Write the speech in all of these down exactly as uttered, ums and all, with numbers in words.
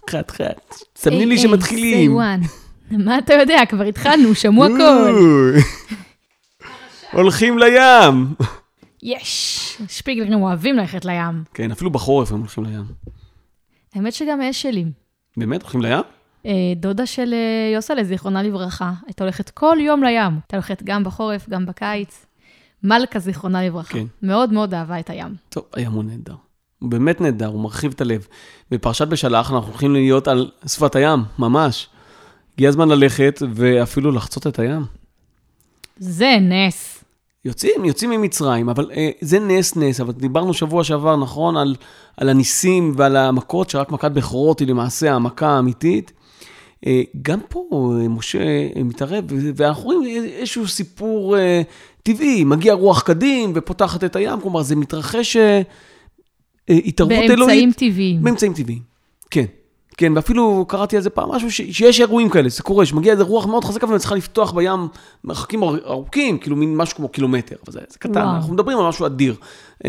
חת, חת. סמני לי שמתחילים. מה אתה יודע? כבר התחלנו, שמעו הכל. הולכים לים. יש. שפיגלרים אוהבים ללכת לים. כן, אפילו בחורף הם הולכים לים. האמת שגם יש שלים. באמת? הולכים לים? דודה של יוסלה, זיכרונה לברכה, הייתה הולכת כל יום לים. הייתה הולכת גם בחורף, גם בקיץ. מלכה זיכרונה לברכה. כן. מאוד מאוד אהבה את הים. טוב, הים הוא נהדר. הוא באמת נהדר, הוא מרחיב את הלב. בפרשת בשלח אנחנו הולכים להיות על שפת הים, ממש. הגיע הזמן ללכת ואפילו לחצות את הים. זה נס. יוצאים, יוצאים ממצרים, אבל אה, זה נס נס, אבל דיברנו שבוע שעבר, נכון, על, על הניסים ועל המכות, שרק מכת בכורות היא למעשה המכה האמיתית. אה, גם פה אה, משה אה, מתערב, ואנחנו רואים איזשהו סיפור אה, טבעי, מגיע רוח קדים ופותחת את הים, כלומר זה מתרחש אה, אה, התערבות אלוהית. באמצעים טבעיים. באמצעים טבעיים, כן. כן, ואפילו קראתי על זה פעם משהו, ש- שיש אירועים כאלה, זה קורה, שמגיע איזה רוח מאוד חזקה, וצריכה לפתוח בים מרחקים ארוכים, כאילו מין משהו כמו קילומטר, אבל זה, זה קטן, וואו. אנחנו מדברים על משהו אדיר.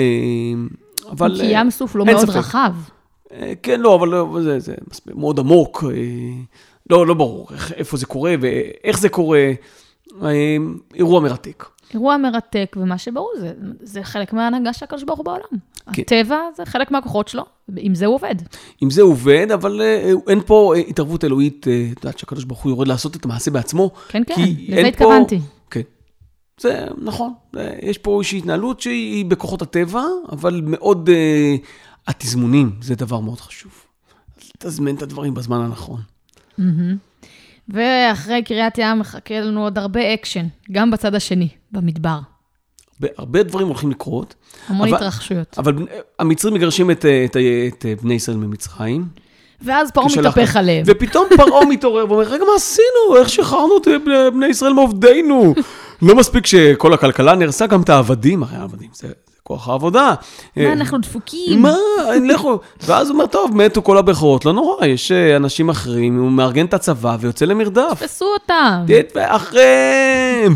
אבל... כי ים סוף לא מאוד ספק. רחב. כן, לא, אבל לא, זה, זה מאוד עמוק, לא, לא ברור איך, איפה זה קורה, ואיך זה קורה, אירוע מרתק. אירוע מרתק, ומה שברור, זה, זה חלק מההנהגה של הקדוש ברוך הוא בעולם. כן. הטבע זה חלק מהכוחות שלו, עם זה הוא עובד. עם זה הוא עובד, אבל uh, אין פה uh, התערבות אלוהית, uh, את יודעת שהקדוש ברוך הוא יורד לעשות את המעשה בעצמו. כן, כן, לזה התכוונתי. פה, כן, זה נכון. יש פה איזושהי התנהלות שהיא בכוחות הטבע, אבל מאוד, uh, התזמונים, זה דבר מאוד חשוב. תזמן את הדברים בזמן הנכון. Mm-hmm. ואחרי קריאת ים מחכה לנו עוד הרבה אקשן, גם בצד השני, במדבר. הרבה דברים הולכים לקרות. המון אבל, התרחשויות. אבל המצרים מגרשים את, את, את, את בני ישראל ממצרים. ואז פרעה מתהפך עליהם. ופתאום פרעה מתעורר ואומר, רגע, מה עשינו? איך שחררנו את בני ישראל מעובדינו? לא מספיק שכל הכלכלה נרסה, גם את העבדים. הרי העבדים זה... כוח העבודה. מה, אנחנו דפוקים? מה, אין לכו. ואז הוא אומר, טוב, מתו כל הבכורות, לא נורא, יש אנשים אחרים, הוא מארגן את הצבא ויוצא למרדף. תפסו אותם. אחריהם.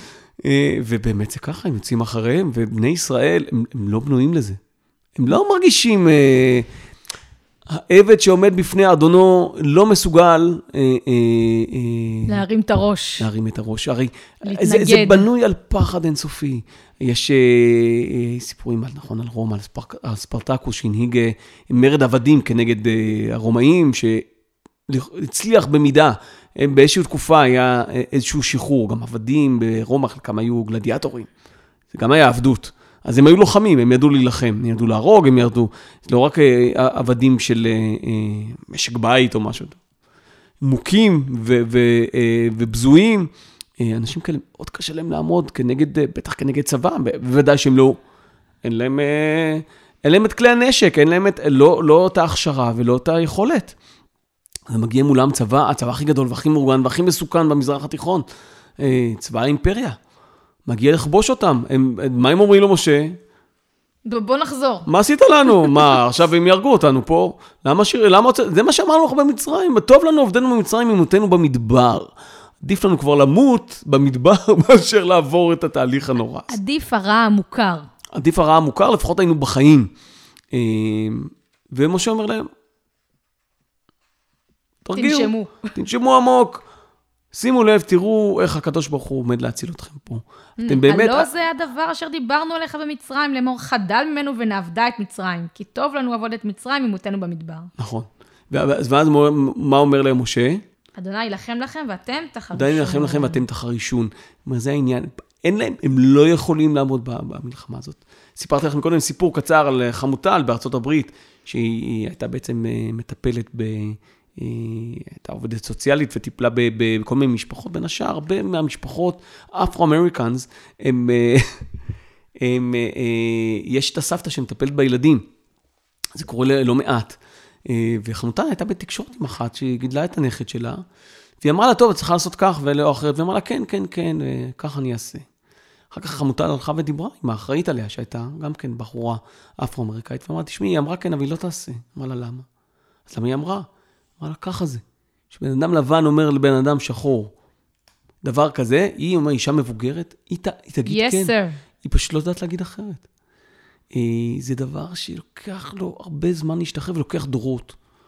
ובאמת זה ככה, הם יוצאים אחריהם, ובני ישראל, הם, הם לא בנויים לזה. הם לא מרגישים, אה, העבד שעומד בפני אדונו לא מסוגל, אה, אה, אה, להרים את הראש. להרים את הראש. הרי זה, זה בנוי על פחד אינסופי. יש אה, סיפורים, נכון, על רומא, על, ספר, על ספרטקוס, שהנהיג אה, מרד עבדים כנגד אה, הרומאים, שהצליח במידה. באיזושהי תקופה היה איזשהו שחרור, גם עבדים ברומא, חלקם היו גלדיאטורים. זה גם היה עבדות. אז הם היו לוחמים, הם ידעו להילחם, הם ידעו להרוג, הם ידעו, לא רק עבדים של משק בית או משהו. מוכים ו- ו- ובזויים, אנשים כאלה, עוד קשה להם לעמוד כנגד, בטח כנגד צבא, בוודאי שהם לא, אין להם, אין להם את כלי הנשק, אין להם את, לא, לא את ההכשרה ולא את היכולת. ומגיעים מולם צבא, הצבא הכי גדול והכי מאורגן והכי מסוכן במזרח התיכון, צבא האימפריה. מגיע לכבוש אותם. הם, מה הם אומרים לו, משה? בוא נחזור. מה עשית לנו? מה, עכשיו הם ירגו אותנו פה? למה שיר, למה, זה מה שאמרנו לך במצרים. טוב לנו עובדנו במצרים, ממותנו במדבר. עדיף לנו כבר למות במדבר, מאשר לעבור את התהליך הנורא. עדיף הרע המוכר. עדיף הרע המוכר, לפחות היינו בחיים. ומשה אומר להם, תרגיעו, תנשמו. תנשמו עמוק. שימו לב, תראו איך הקדוש ברוך הוא עומד להציל אתכם פה. אתם באמת... הלא זה הדבר אשר דיברנו עליך במצרים, לאמור חדל ממנו ונעבדה את מצרים, כי טוב לנו עבוד את מצרים ממותנו במדבר. נכון. ואז מה אומר להם משה? אדוני ילחם לכם ואתם תחרישון. אדוני ילחם לכם ואתם תחרישון. מה זה העניין? אין להם, הם לא יכולים לעמוד במלחמה הזאת. סיפרתי לכם קודם סיפור קצר על חמוטל בארצות הברית, שהיא הייתה בעצם מטפלת ב... הייתה עובדת סוציאלית וטיפלה בכל מיני משפחות, בין השאר, הרבה מהמשפחות, אפרו-אמריקאנס, הם, הם, יש את הסבתא שמטפלת בילדים, זה קורה לא מעט, וחמוטל הייתה בתקשורת עם אחת, שהיא גידלה את הנכד שלה, והיא אמרה לה, טוב, את צריכה לעשות כך ולא אחרת, והיא אמרה לה, כן, כן, כן, כך אני אעשה. אחר כך חמוטל הלכה ודיברה עם האחראית עליה, שהייתה גם כן בחורה אפרו-אמריקאית, ואמרה, תשמעי, היא אמרה כן, אבל היא לא תעשה. אמרה לה, למה? אז למה היא אמרה? אמרה לה, ככה זה. שבן אדם לבן אומר לבן אדם שחור, דבר כזה, היא אומרת, אישה מבוגרת, היא, ת, היא תגיד yes, כן. Sir. היא פשוט לא יודעת להגיד אחרת. זה דבר שלוקח לו הרבה זמן להשתחרר, ולוקח דורות.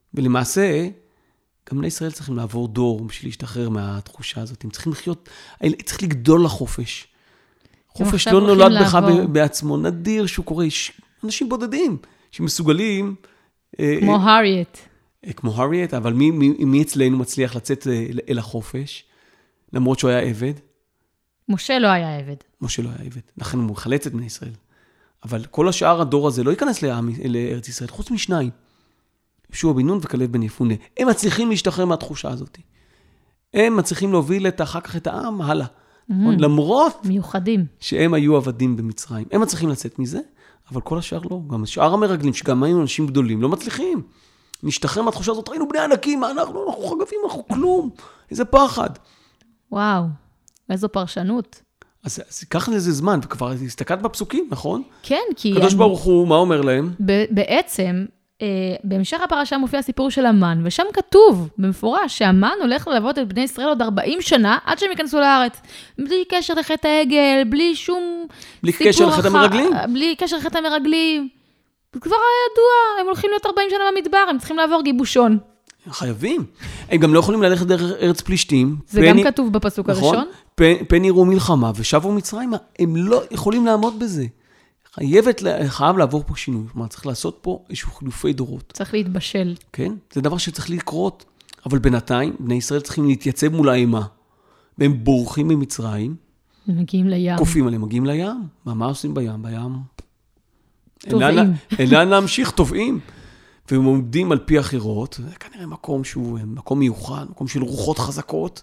ולמעשה, גם בני ישראל צריכים לעבור דור בשביל להשתחרר מהתחושה הזאת. הם צריכים לחיות, צריך לגדול לחופש. חופש לא נולד בך בעצמו, נדיר שהוא קורה, אנשים בודדים שמסוגלים... כמו הריאט. כמו הריאט, אבל מי, מי, מי אצלנו מצליח לצאת אל החופש, למרות שהוא היה עבד? משה לא היה עבד. משה לא היה עבד, לכן הוא מחלץ את בני ישראל. אבל כל השאר הדור הזה לא ייכנס לעם, לארץ ישראל, חוץ משניים. יהושע בן נון וכלב בן יפונה. הם מצליחים להשתחרר מהתחושה הזאת. הם מצליחים להוביל את, אחר כך את העם הלאה. Mm-hmm. למרות מיוחדים. שהם היו עבדים במצרים. הם מצליחים לצאת מזה, אבל כל השאר לא. גם שאר המרגלים, שגם היו אנשים גדולים, לא מצליחים. נשתחרר מהתחושה הזאת, ראינו בני ענקים, מה אנחנו, אנחנו חגבים, אנחנו כלום. איזה פחד. וואו, איזו פרשנות. אז, אז קח לזה זמן, וכבר הסתכלת בפסוקים, נכון? כן, כי... קדוש אני... ברוך הוא, מה אומר להם? ב- בעצם, אה, בהמשך הפרשה מופיע הסיפור של המן, ושם כתוב במפורש שהמן הולך ללוות את בני ישראל עוד ארבעים שנה, עד שהם ייכנסו לארץ. בלי קשר לחטא העגל, בלי שום... בלי קשר לחטא המרגלים? בלי קשר לחטא המרגלים. זה כבר היה ידוע, הם הולכים להיות ארבעים שנה במדבר, הם צריכים לעבור גיבושון. חייבים. הם גם לא יכולים ללכת דרך ארץ פלישתים. זה גם כתוב בפסוק הראשון. פן יראו מלחמה ושבו מצרימה. הם לא יכולים לעמוד בזה. חייבת, חייב לעבור פה שינוי. כלומר, צריך לעשות פה איזשהו חילופי דורות. צריך להתבשל. כן? זה דבר שצריך לקרות. אבל בינתיים, בני ישראל צריכים להתייצב מול האימה. והם בורחים ממצרים. מגיעים לים. קופים עליהם, מגיעים לים. מה עושים בים? בים. טובעים. אינם להמשיך, טובעים. והם עומדים על פי החירות, זה כנראה מקום שהוא מקום מיוחד, מקום של רוחות חזקות,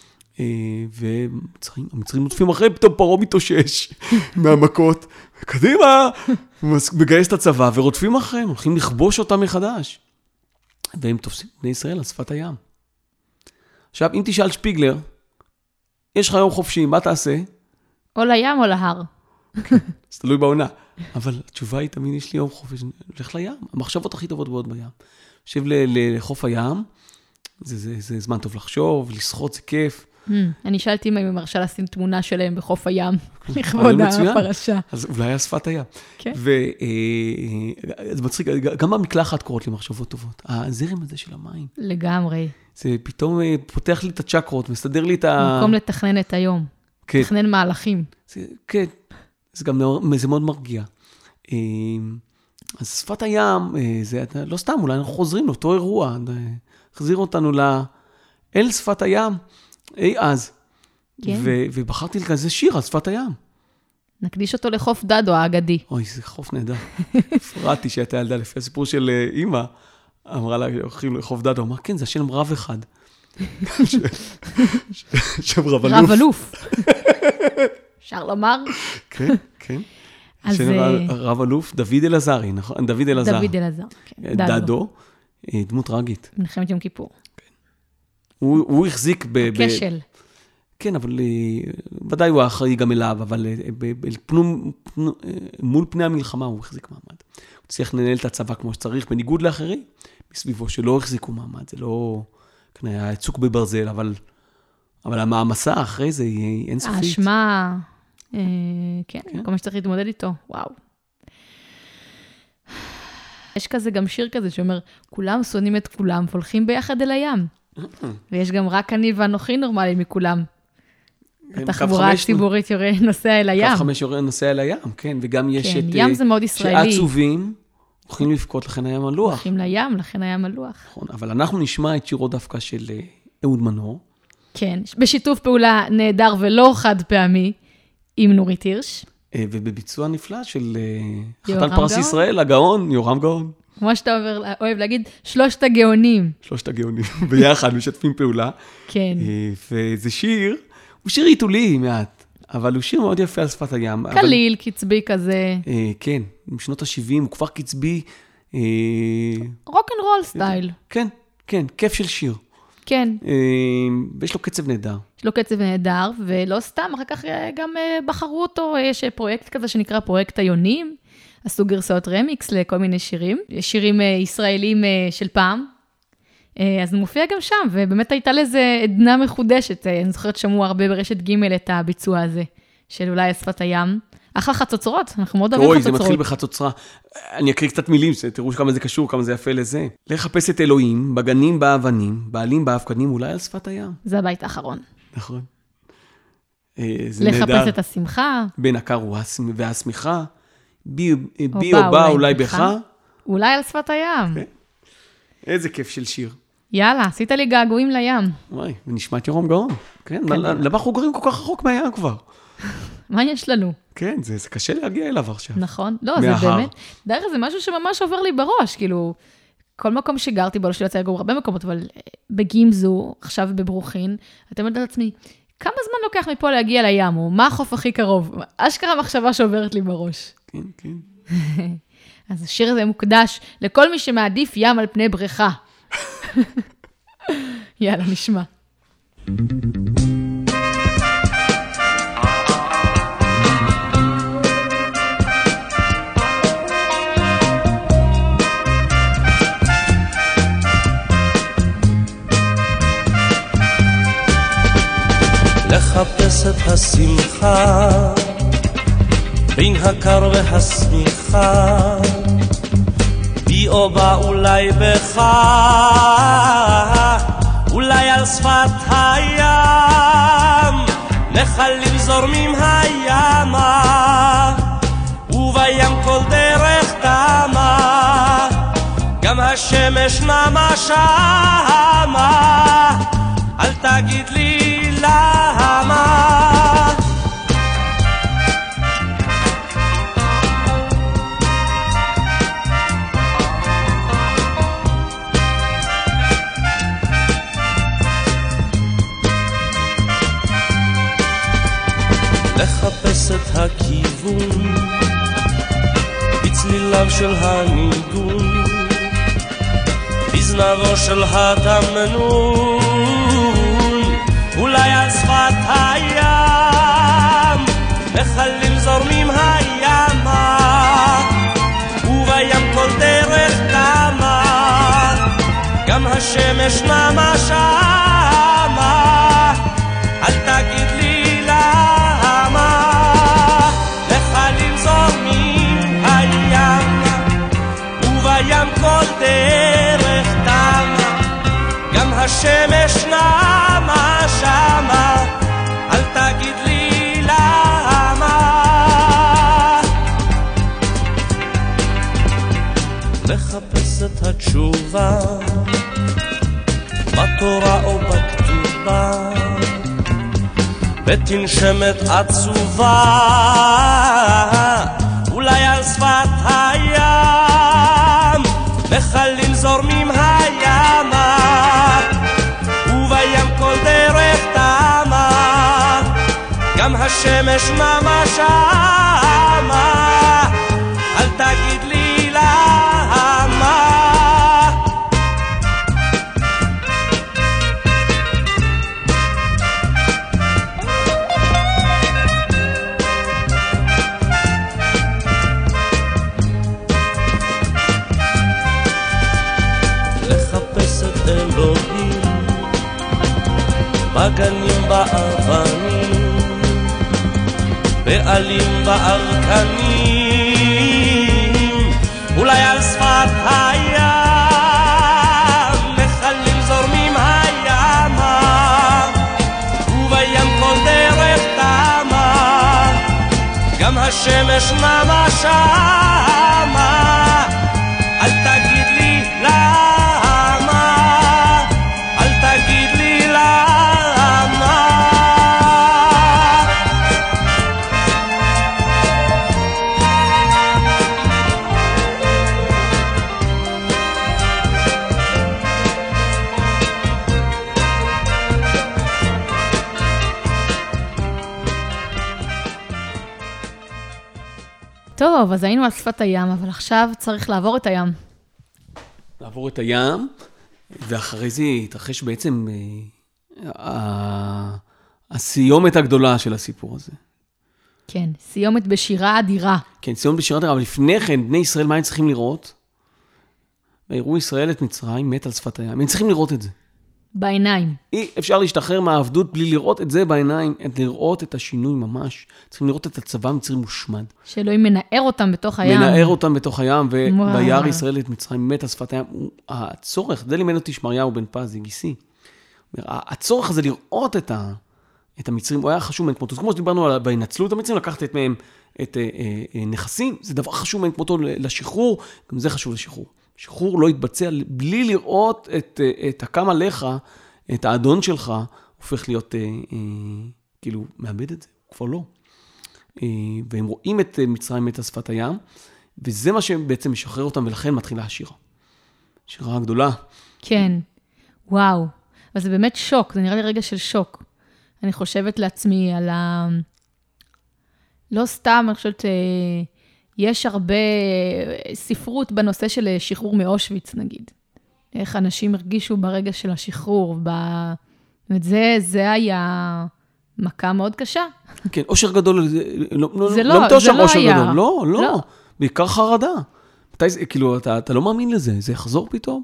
והמצרים נוטפים אחרי, פתאום פרעה מתאושש מהמכות, וקדימה, מגייס את הצבא, ורודפים אחריהם, הולכים לכבוש אותם מחדש. והם תופסים בני ישראל על שפת הים. עכשיו, אם תשאל שפיגלר, יש לך יום חופשי, מה תעשה? או לים או להר. זה תלוי בעונה. אבל התשובה היא, תמיד יש לי יום חופש, הולך לים. המחשבות הכי טובות בעוד בים. יושב לחוף הים, זה, זה, זה זמן טוב לחשוב, לשחות, זה כיף. אני שאלתי אם הם מרשה לשים תמונה שלהם בחוף הים, לכבוד הפרשה. אז אולי היה שפת הים. וזה מצחיק, גם במקלחת קורות לי מחשבות טובות. הזרם הזה של המים. לגמרי. זה פתאום פותח לי את הצ'קרות, מסתדר לי את ה... במקום לתכנן את היום. לתכנן מהלכים. כן. זה גם זה מאוד מרגיע. אז שפת הים, זה לא סתם, אולי אנחנו חוזרים לאותו אירוע, החזיר אותנו אל שפת הים, אי אז. כן. ו- ובחרתי לכזה שיר על שפת הים. נקדיש אותו לחוף דדו האגדי. אוי, זה חוף נהדר. הפרעתי שהייתה ילדה לפי הסיפור של אמא, אמרה לה, הולכים לחוף דדו, אמרה, כן, זה השם רב אחד. שם רב אלוף. רב אלוף. אפשר לומר? כן, כן. שם רב אלוף, דוד אלעזרי, נכון? דוד אלעזר. דוד אלעזר, כן. דדו, דמות טרגית. מלחמת יום כיפור. הוא החזיק ב... הכשל. כן, אבל ודאי הוא האחראי גם אליו, אבל מול פני המלחמה הוא החזיק מעמד. הוא צריך לנהל את הצבא כמו שצריך, בניגוד לאחרים, מסביבו שלא החזיקו מעמד. זה לא... היה צוק בברזל, אבל... אבל המעמסה אחרי זה היא אינסופית. האשמה, כן, כל מה שצריך להתמודד איתו, וואו. יש כזה גם שיר כזה שאומר, כולם שונאים את כולם, והולכים ביחד אל הים. ויש גם רק אני ואנוכי נורמלי מכולם. התחבורה הציבורית יורה נוסע אל הים. קו חמש יורה נוסע אל הים, כן, וגם יש את... ים זה מאוד ישראלי. שעצובים, הולכים לבכות לכן הים מלוח. הולכים לים, לכן הים מלוח. נכון, אבל אנחנו נשמע את שירו דווקא של אהוד מנור. כן, בשיתוף פעולה נהדר ולא חד פעמי, עם נורית הירש. ובביצוע נפלא של חתן פרס ישראל, הגאון, יורם גאון. כמו שאתה אוהב להגיד, שלושת הגאונים. שלושת הגאונים, ביחד, משתפים פעולה. כן. וזה שיר, הוא שיר עיתולי מעט, אבל הוא שיר מאוד יפה על שפת הים. קליל, קצבי כזה. כן, משנות ה-שבעים, הוא כבר קצבי. רוק'נ'רול סטייל. כן, כן, כיף של שיר. כן. ויש לו קצב נהדר. יש לו קצב נהדר, ולא סתם, אחר כך גם בחרו אותו, יש פרויקט כזה שנקרא פרויקט היונים, עשו גרסאות רמיקס לכל מיני שירים, שירים ישראלים של פעם, אז זה מופיע גם שם, ובאמת הייתה לזה עדנה מחודשת, אני זוכרת שמעו הרבה ברשת ג' את הביצוע הזה, של אולי שפת הים, אחלה חצוצרות, אנחנו מאוד אוהבים חצוצרות. אוי, זה מתחיל בחצוצרה. אני אקריא קצת מילים, תראו כמה זה קשור, כמה זה יפה לזה. לחפש את אלוהים, בגנים באבנים, בעלים באבקנים, אולי על שפת הים. זה הבית האחרון. נכון. לחפש את השמחה. בין הקר והשמיכה, בי או בא אולי בך. אולי על שפת הים. איזה כיף של שיר. יאללה, עשית לי געגועים לים. וואי, ונשמעת ירום גאון. כן, למה אנחנו גרים כל כך רחוק מהים כבר? מה יש לנו? כן, זה קשה להגיע אליו עכשיו. נכון, לא, זה באמת, דרך זה משהו שממש עובר לי בראש, כאילו, כל מקום שגרתי בו, לא שיוצא לגור הרבה מקומות, אבל בגימזו, עכשיו בברוכין, אתה אומר לעצמי, כמה זמן לוקח מפה להגיע לים, או מה החוף הכי קרוב? אשכרה מחשבה שעוברת לי בראש. כן, כן. אז השיר הזה מוקדש לכל מי שמעדיף ים על פני בריכה. יאללה, נשמע. לחפש את השמחה בין הקר והשמיכה, בי או בא אולי בך, אולי על שפת הים, נחלים זורמים הימה, ובים כל דרך תמה, גם השמש נמה שמה, אל תגיד לי למה. לחפש את הכיוון בצליליו של הניגון, בזנבו של התמנון, אולי על שפת הים, נחלים זורמים הימה, ובים כל דרך תמה, גם השמש נמה שמה, אל תגיד לי למה. נחלים זורמים הימה, ובים כל דרך תמה, גם השמש נמה שמה, אל תגיד לי למה. לחפש את התשובה בתורה או בכתובה, ותנשמת עצובה, אולי על שפת הים, נחלים זורמים הימה, ובים כל דרך תמה, גם השמש נמה שמה, אל תגיד לי למה. לחפש את אלוהים בגנים באבנים, בעלים בארקנים, אולי על שפת הים, נחלים זורמים הימה, ובים כל דרך תמה, גם השמש נמה שמה, אל תגיד לי למה, אל תגיד לי למה. טוב, אז היינו על שפת הים, אבל עכשיו צריך לעבור את הים. לעבור את הים, ואחרי זה יתרחש בעצם אה, הסיומת הגדולה של הסיפור הזה. כן, סיומת בשירה אדירה. כן, סיומת בשירה אדירה, אבל לפני כן, בני ישראל, מה הם צריכים לראות? ויראו ישראל את מצרים, מת על שפת הים. הם צריכים לראות את זה. בעיניים. אי אפשר להשתחרר מהעבדות בלי לראות את זה בעיניים, לראות את השינוי ממש. צריכים לראות את הצבא מצרים מושמד. שאלוהים מנער אותם בתוך הים. מנער אותם בתוך הים, וביער ישראל את מצרים מתה שפת הים. הצורך, זה לימד אותי שמריהו בן פז, גיסי. הצורך הזה לראות את, ה, את המצרים, הוא היה חשוב מן כמותו. כמו שדיברנו על בהנצלות המצרים, לקחת את מהם את אה, אה, נכסים, זה דבר חשוב מן כמותו לשחרור, גם זה חשוב לשחרור. שחרור לא יתבצע בלי לראות את, את הקם עליך, את האדון שלך, הופך להיות, אה, אה, כאילו, מאבד את זה, כבר לא. אה, והם רואים את מצרים מתה שפת הים, וזה מה שבעצם משחרר אותם, ולכן מתחילה השירה. שירה גדולה. כן, וואו. אבל זה באמת שוק, זה נראה לי רגע של שוק. אני חושבת לעצמי על ה... לא סתם, אני חושבת, יש הרבה ספרות בנושא של שחרור מאושוויץ, נגיד. איך אנשים הרגישו ברגע של השחרור. ב... וזה, זה היה מכה מאוד קשה. כן, אושר גדול, לא, זה לא, לא, לא זה לא היה. גדול. לא, לא, לא. בעיקר חרדה. מתי, כאילו, אתה, אתה לא מאמין לזה, זה יחזור פתאום?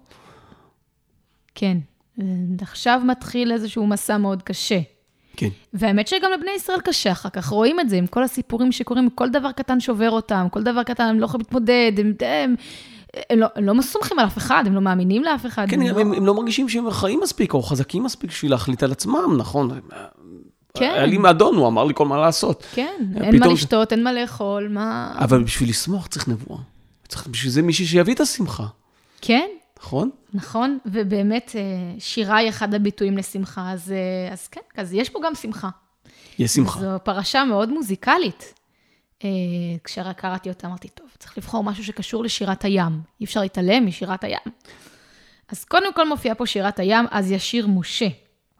כן. עכשיו מתחיל איזשהו מסע מאוד קשה. כן. והאמת שגם לבני ישראל קשה, אחר כך רואים את זה, עם כל הסיפורים שקורים, כל דבר קטן שובר אותם, כל דבר קטן הם לא יכולים להתמודד, הם, הם, הם, לא, הם לא מסומכים על אף אחד, הם לא מאמינים לאף אחד. כן, הם, הם, לא... הם, הם לא מרגישים שהם חיים מספיק, או חזקים מספיק בשביל להחליט על עצמם, נכון? כן. היה לי מאדון, הוא אמר לי כל מה לעשות. כן, אין מה לשתות, אין מה לאכול, מה... אבל בשביל לשמוח צריך נבואה. צריך בשביל זה מישהי שיביא את השמחה. כן. נכון? נכון, ובאמת שירה היא אחד הביטויים לשמחה, אז, אז כן, אז יש פה גם שמחה. יש שמחה. זו פרשה מאוד מוזיקלית. כשרק קראתי אותה, אמרתי, טוב, צריך לבחור משהו שקשור לשירת הים. אי אפשר להתעלם משירת הים. אז קודם כל מופיעה פה שירת הים, אז ישיר משה.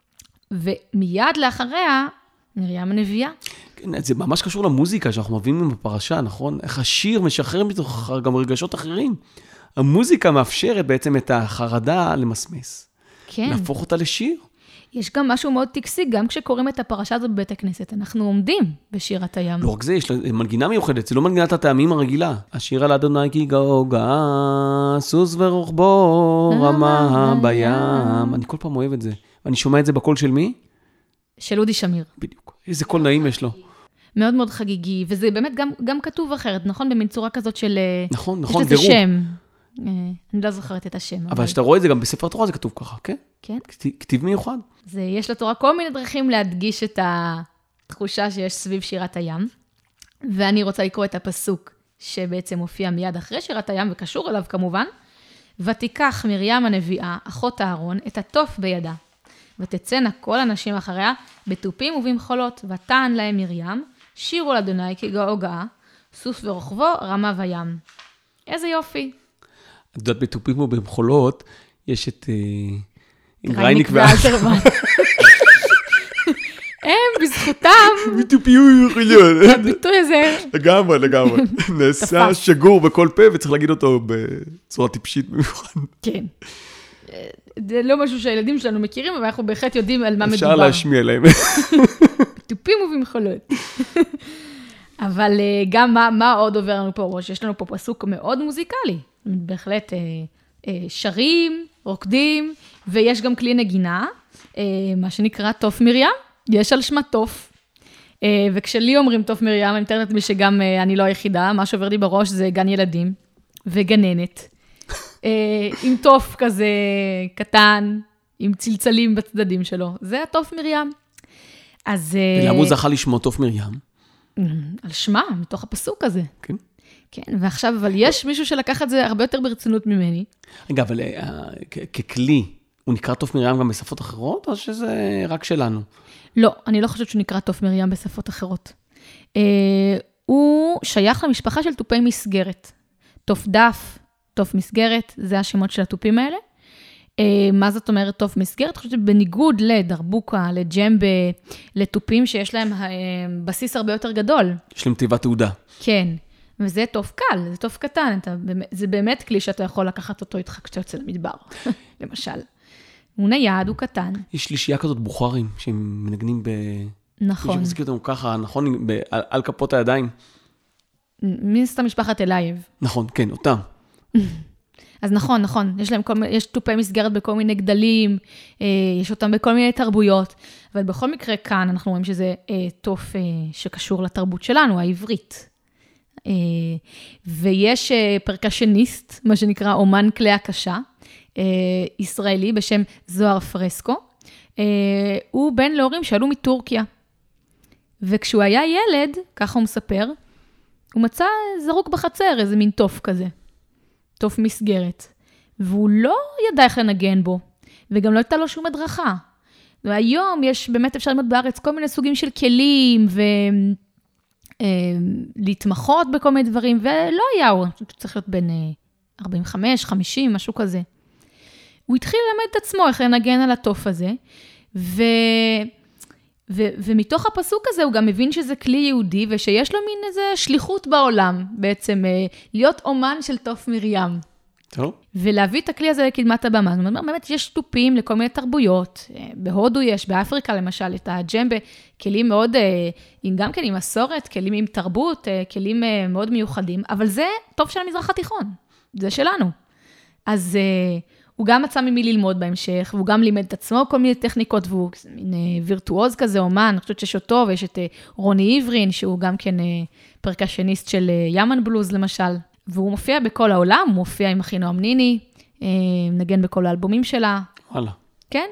ומיד לאחריה, מרים הנביאה. כן, זה ממש קשור למוזיקה שאנחנו מבינים בפרשה, נכון? איך השיר משחרר מתוך גם רגשות אחרים. המוזיקה מאפשרת בעצם את החרדה למסמס. כן. להפוך אותה לשיר. יש גם משהו מאוד טקסי, גם כשקוראים את הפרשה הזאת בבית הכנסת, אנחנו עומדים בשירת הים. לא רק זה, יש מנגינה מיוחדת, זה לא מנגינת הטעמים הרגילה. השיר על אדוני כי גאו גאה, סוס ורוחבו, רמה בים. אני כל פעם אוהב את זה. ואני שומע את זה בקול של מי? של אודי שמיר. בדיוק. איזה קול נעים יש לו. מאוד מאוד חגיגי, וזה באמת גם, גם כתוב אחרת, נכון? במין צורה כזאת של... נכון, נכון, יש לזה שם. אני לא זוכרת את השם. אבל כשאתה רואה את זה, גם בספר התורה זה כתוב ככה, כן? כן. כתיב מיוחד. זה, יש לתורה כל מיני דרכים להדגיש את התחושה שיש סביב שירת הים, ואני רוצה לקרוא את הפסוק שבעצם מופיע מיד אחרי שירת הים, וקשור אליו כמובן, ותיקח מרים הנביאה, אחות אהרון, את התוף בידה, ותצאנה כל הנשים אחריה בתופים ובמחולות, ותען להם מרים, שירו לאדוני כי גאו גאה, סוס ורוחבו רמה וים. איזה יופי. את יודעת, בתופים ובמחולות, יש את גרייניק ואלתרמן. הם, בזכותם, הביטוי הזה. לגמרי, לגמרי. נעשה שגור בכל פה, וצריך להגיד אותו בצורה טיפשית במיוחד. כן. זה לא משהו שהילדים שלנו מכירים, אבל אנחנו בהחלט יודעים על מה מדובר. אפשר להשמיע להם. בתופים ובמחולות. אבל גם מה, מה עוד עובר לנו פה ראש? יש לנו פה פסוק מאוד מוזיקלי. בהחלט שרים, רוקדים, ויש גם כלי נגינה, מה שנקרא תוף מרים. יש על שמה תוף. וכשלי אומרים תוף מרים, אני מתארת לי שגם אני לא היחידה, מה שעובר לי בראש זה גן ילדים וגננת. עם תוף כזה קטן, עם צלצלים בצדדים שלו. זה התוף מרים. אז... ולמה הוא זכה לשמו תוף מרים? על שמה, מתוך הפסוק הזה. כן. כן, ועכשיו, אבל יש מישהו שלקח את זה הרבה יותר ברצינות ממני. רגע, אבל ככלי, הוא נקרא תוף מרים גם בשפות אחרות, או שזה רק שלנו? לא, אני לא חושבת שהוא נקרא תוף מרים בשפות אחרות. הוא שייך למשפחה של תופי מסגרת. תוף דף, תוף מסגרת, זה השמות של התופים האלה. מה זאת אומרת תוף מסגרת? אני חושבת שבניגוד לדרבוקה, לג'מבה, לתופים שיש להם בסיס הרבה יותר גדול. יש להם תיבת תעודה. כן, וזה תוף קל, זה תוף קטן. אתה, זה באמת כלי שאתה יכול לקחת אותו איתך כשאתה יוצא למדבר, למשל. הוא נייד, הוא קטן. יש שלישייה כזאת בוחרים, שהם מנגנים ב... נכון. מישהו מזכיר אותנו ככה, נכון, ב... על, על כפות הידיים. מי זאת המשפחת אלייב? נכון, כן, אותם. אז נכון, נכון, יש להם כל מיני, יש תופי מסגרת בכל מיני גדלים, יש אותם בכל מיני תרבויות, אבל בכל מקרה כאן אנחנו רואים שזה תוף שקשור לתרבות שלנו, העברית. ויש פרקשניסט, מה שנקרא אומן כלי הקשה, ישראלי בשם זוהר פרסקו, הוא בן להורים שעלו מטורקיה. וכשהוא היה ילד, ככה הוא מספר, הוא מצא זרוק בחצר, איזה מין תוף כזה. תוף מסגרת. והוא לא ידע איך לנגן בו, וגם לא הייתה לו שום הדרכה. והיום יש, באמת אפשר ללמוד בארץ, כל מיני סוגים של כלים, ולהתמחות בכל מיני דברים, ולא היה, הוא צריך להיות בין ארבעים וחמש, חמישים, משהו כזה. הוא התחיל ללמד את עצמו איך לנגן על התוף הזה, ו... ו- ומתוך הפסוק הזה הוא גם מבין שזה כלי יהודי, ושיש לו מין איזה שליחות בעולם, בעצם, להיות אומן של תוף מרים. טוב. ולהביא את הכלי הזה לקדמת הבמה. זאת אומרת, באמת יש תופים לכל מיני תרבויות. בהודו יש, באפריקה למשל, את הג'מבה, כלים מאוד, גם כן עם מסורת, כלים עם תרבות, כלים מאוד מיוחדים, אבל זה טוב של המזרח התיכון. זה שלנו. אז הוא גם מצא ממי ללמוד בהמשך, והוא גם לימד את עצמו כל מיני טכניקות, והוא מין וירטואוז כזה, אומן, אני חושבת שיש אותו, ויש את רוני עברין, שהוא גם כן פרקשניסט של ימן בלוז למשל, והוא מופיע בכל העולם, הוא מופיע עם אחינועם ניני, נגן בכל האלבומים שלה. וואלה. כן.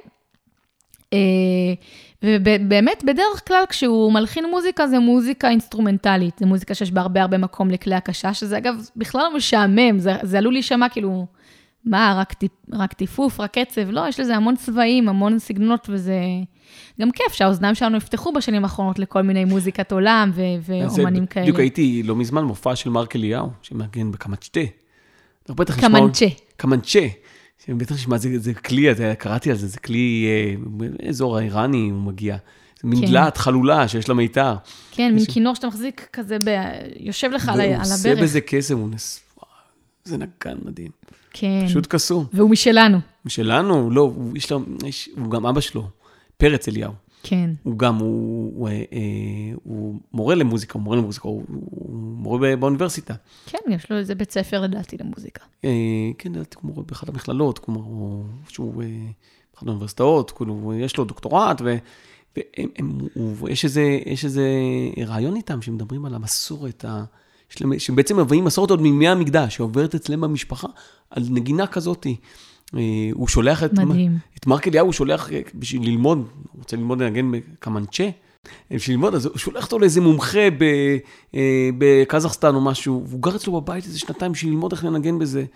ובאמת, בדרך כלל, כשהוא מלחין מוזיקה, זה מוזיקה אינסטרומנטלית, זה מוזיקה שיש בה הרבה הרבה מקום לכלי הקשה, שזה אגב בכלל משעמם, זה, זה עלול להישמע כאילו, מה, רק, טיפ, רק טיפוף, רק קצב, לא, יש לזה המון צבעים, המון סגנונות, וזה גם כיף שהאוזניים שלנו יפתחו בשנים האחרונות לכל מיני מוזיקת עולם ו- ואומנים כאלה. בדיוק הייתי לא מזמן מופע של מרק אליהו, שמאגן בקמנצ'ה. קמנצ'ה. קמנצ'ה. בטח שמה, זה, זה כלי, קראתי על זה, זה כלי, באזור האיראני הוא מגיע. זה מין דלת חלולה שיש לה מיתר. כן, מין כינור שאתה מחזיק כזה, יושב לך על הברך. הוא עושה בזה קסם, הוא נס... זה נגן מדהים. כן. פשוט קסום. והוא משלנו. משלנו, לא, הוא, יש לו, יש, הוא גם אבא שלו, פרץ אליהו. כן. הוא גם, הוא, הוא, אה, הוא מורה למוזיקה, הוא מורה למוזיקה, הוא, הוא מורה באוניברסיטה. כן, יש לו איזה בית ספר לדעתי למוזיקה. אה, כן, לדעתי הוא מורה באחת המכללות, כלומר, הוא, שהוא, אה, באחת האוניברסיטאות, כאילו, יש לו דוקטורט, ו, והם, הם, הוא, יש איזה, יש איזה רעיון איתם, שמדברים על המסורת, ה, שבעצם מבאים מסורת עוד מימי המקדש, שעוברת אצלם במשפחה, על נגינה כזאת. הוא שולח את, את מרק אליהו, הוא שולח בשביל ללמוד, הוא רוצה ללמוד לנגן בקמנצ'ה, בשביל ללמוד, אז הוא שולח אותו לאיזה מומחה בקזחסטן או משהו, והוא גר אצלו בבית איזה שנתיים בשביל ללמוד איך לנגן בזה.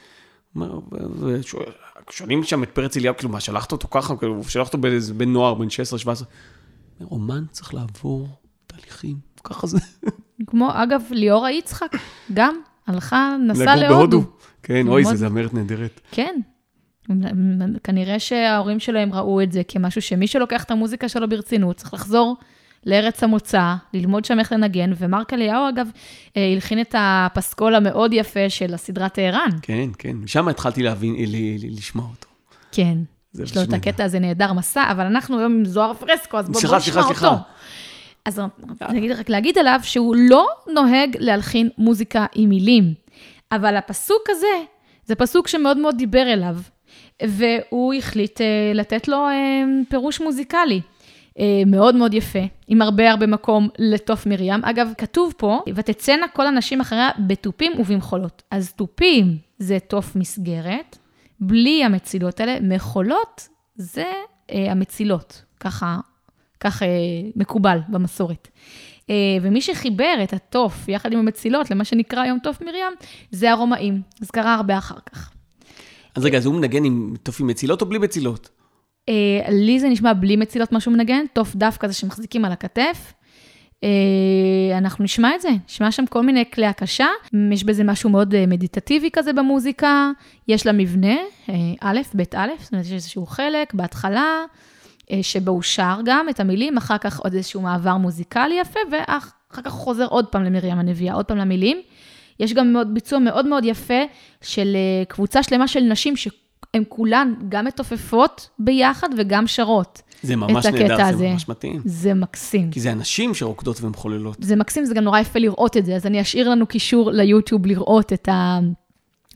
שואלים שם את פרץ אליהו, כאילו, מה, שלחת אותו ככה? הוא שלח אותו בן נוער, בן שש עשרה שבע עשרה. אומן צריך לעבור תהליכים, ככה זה. כמו, אגב, ליאורה יצחק, גם הלכה, נסעה להודו. כן, אוי, זה זמרת נהדרת. כן. כנראה שההורים שלהם ראו את זה כמשהו שמי שלוקח את המוזיקה שלו ברצינות, צריך לחזור לארץ המוצא, ללמוד שם איך לנגן, ומרק אליהו, אגב, הלחין את הפסקול המאוד יפה של הסדרת טהרן. כן, כן, משם התחלתי להבין, לשמוע אותו. כן, יש לו את הקטע הזה נהדר מסע, אבל אנחנו היום עם זוהר פרסקו, אז בואו נשמע אותו. אז נגיד רק להגיד עליו שהוא לא נוהג להלחין מוזיקה עם מילים, אבל הפסוק הזה, זה פסוק שמאוד מאוד דיבר אליו, והוא החליט לתת לו פירוש מוזיקלי, מאוד מאוד יפה, עם הרבה הרבה מקום לתוף מרים. אגב, כתוב פה, ותצאנה כל הנשים אחריה בתופים ובמחולות. אז תופים זה תוף מסגרת, בלי המצילות האלה, מחולות זה המצילות, ככה, ככה מקובל במסורת. ומי שחיבר את התוף יחד עם המצילות, למה שנקרא היום תוף מרים, זה הרומאים. אז קרה הרבה אחר כך. אז רגע, אז הוא מנגן עם תוף עם מצילות או בלי מצילות? לי זה נשמע בלי מצילות משהו מנגן, תוף דווקא זה שמחזיקים על הכתף. אנחנו נשמע את זה, נשמע שם כל מיני כלי הקשה, יש בזה משהו מאוד מדיטטיבי כזה במוזיקה, יש לה מבנה, א', ב' א', זאת אומרת, יש איזשהו חלק בהתחלה, שבו הוא שר גם את המילים, אחר כך עוד איזשהו מעבר מוזיקלי יפה, ואחר כך הוא חוזר עוד פעם למרים הנביאה, עוד פעם למילים. יש גם מאוד, ביצוע מאוד מאוד יפה של קבוצה שלמה של נשים שהן כולן גם מתופפות ביחד וגם שרות. זה ממש נהדר, זה ממש מתאים. זה מקסים. כי זה אנשים שרוקדות ומחוללות. זה מקסים, זה גם נורא יפה לראות את זה, אז אני אשאיר לנו קישור ליוטיוב לראות את, ה,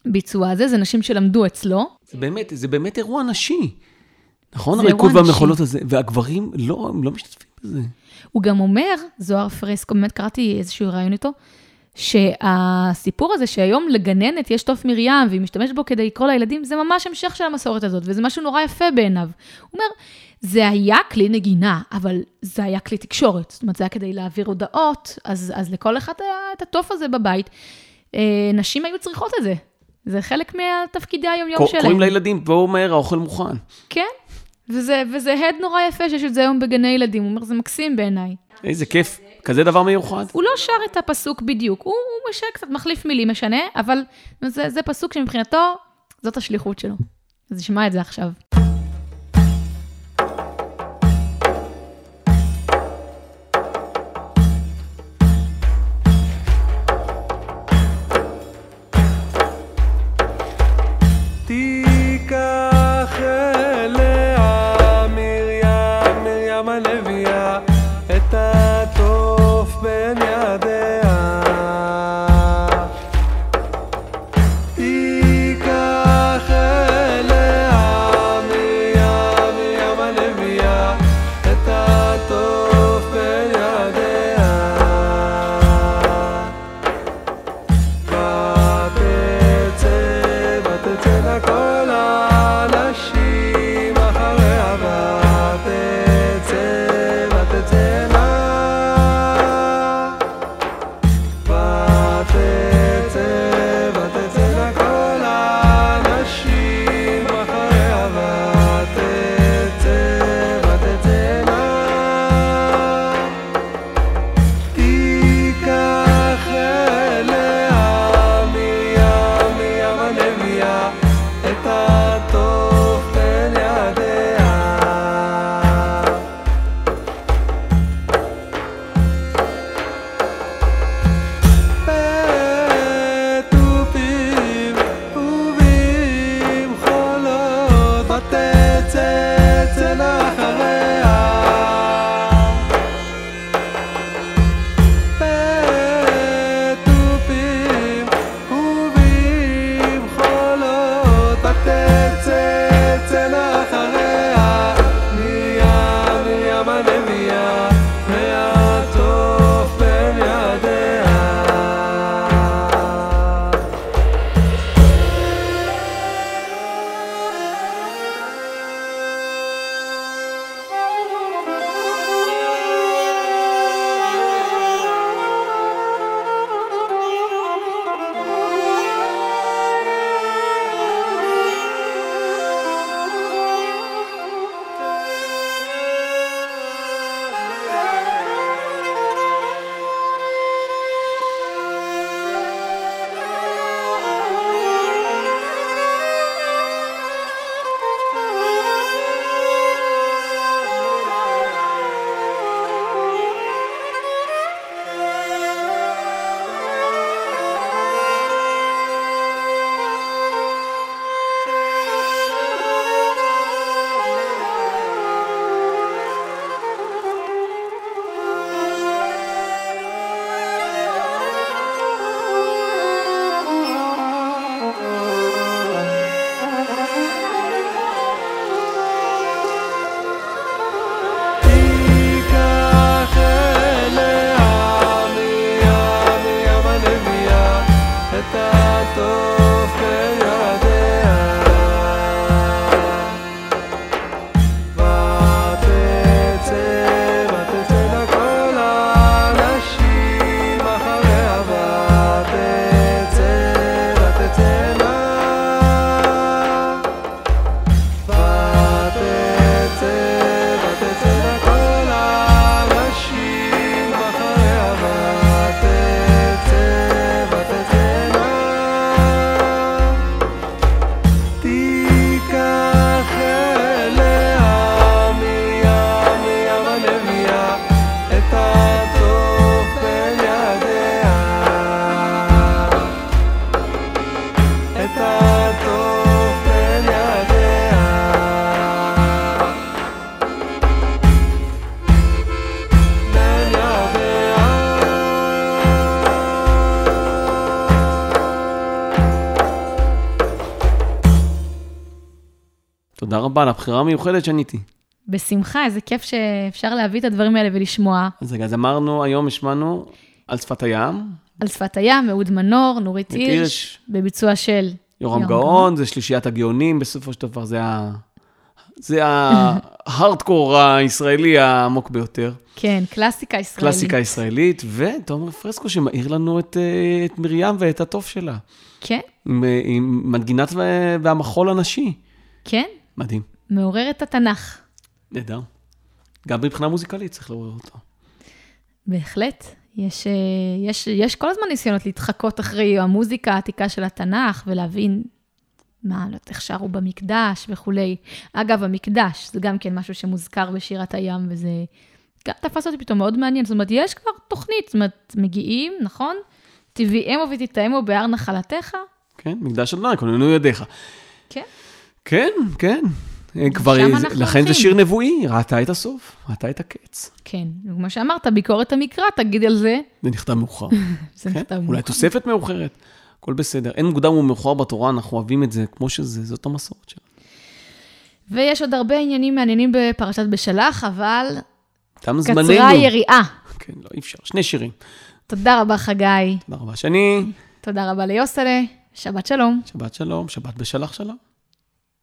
הביצוע הזה, זה נשים שלמדו אצלו. זה באמת, זה באמת אירוע נשי. נכון? הריקוד והמחולות הזה, והגברים לא, הם לא משתתפים בזה. הוא גם אומר, זוהר פרסקו, באמת קראתי איזשהו רעיון איתו, שהסיפור הזה שהיום לגננת יש תוף מרים, והיא משתמשת בו כדי לקרוא לילדים, זה ממש המשך של המסורת הזאת, וזה משהו נורא יפה בעיניו. הוא אומר, זה היה כלי נגינה, אבל זה היה כלי תקשורת, זאת אומרת, זה היה כדי להעביר הודעות, אז, אז לכל אחד היה את התוף הזה בבית. נשים היו צריכות את זה. זה חלק מהתפקידי היום-יום שלהם. קוראים לילדים, בואו מהר, האוכל מוכן. כן, וזה, וזה הד נורא יפה שיש את זה היום בגני ילדים. הוא אומר, זה מקסים בעיניי. איזה כיף, כזה דבר מיוחד. הוא לא שר את הפסוק בדיוק, הוא, הוא משנה קצת מחליף מילים, משנה, אבל זה, זה פסוק שמבחינתו, זאת השליחות שלו. אז נשמע את זה עכשיו. תיקח אליה רבה על הבחירה המיוחדת שעניתי. בשמחה, איזה כיף שאפשר להביא את הדברים האלה ולשמוע. אז רגע, אז אמרנו, היום השמענו על שפת הים. על שפת הים, אהוד מנור, נורית הירש, בביצוע של יורם גאון, זה שלישיית הגאונים, בסופו של דבר זה ה... זה ההארדקור הישראלי העמוק ביותר. כן, קלאסיקה ישראלית. קלאסיקה ישראלית, ותומר פרסקו שמאיר לנו את, את מרים ואת הטוב שלה. כן. עם, עם מנגינת והמחול הנשי. כן. מדהים. מעורר את התנ"ך. נהדר. גם מבחינה מוזיקלית צריך לעורר אותו. בהחלט. יש, יש, יש כל הזמן ניסיונות להתחקות אחרי המוזיקה העתיקה של התנ"ך, ולהבין מה, לא איך שרו במקדש וכולי. אגב, המקדש, זה גם כן משהו שמוזכר בשירת הים, וזה גם תפס אותי פתאום מאוד מעניין. זאת אומרת, יש כבר תוכנית, זאת אומרת, מגיעים, נכון? תביאמו ותתאמו בהר נחלתך. כן, מקדש אדוני, כוננו ידיך. כן. כן, כן. כבר, לכן זה שיר נבואי, ראתה את הסוף, ראתה את הקץ. כן, כמו שאמרת, ביקורת המקרא, תגיד על זה. זה נכתב מאוחר. זה נכתב מאוחר. אולי תוספת מאוחרת, הכל בסדר. אין מוקדם ומאוחר בתורה, אנחנו אוהבים את זה כמו שזה, זאת המסורת שלנו. ויש עוד הרבה עניינים מעניינים בפרשת בשלח, אבל קצרה יריעה. כן, לא, אי אפשר. שני שירים. תודה רבה, חגי. תודה רבה, שני. תודה רבה ליוסלה. שבת שלום. שבת שלום, שבת בשלח שלום.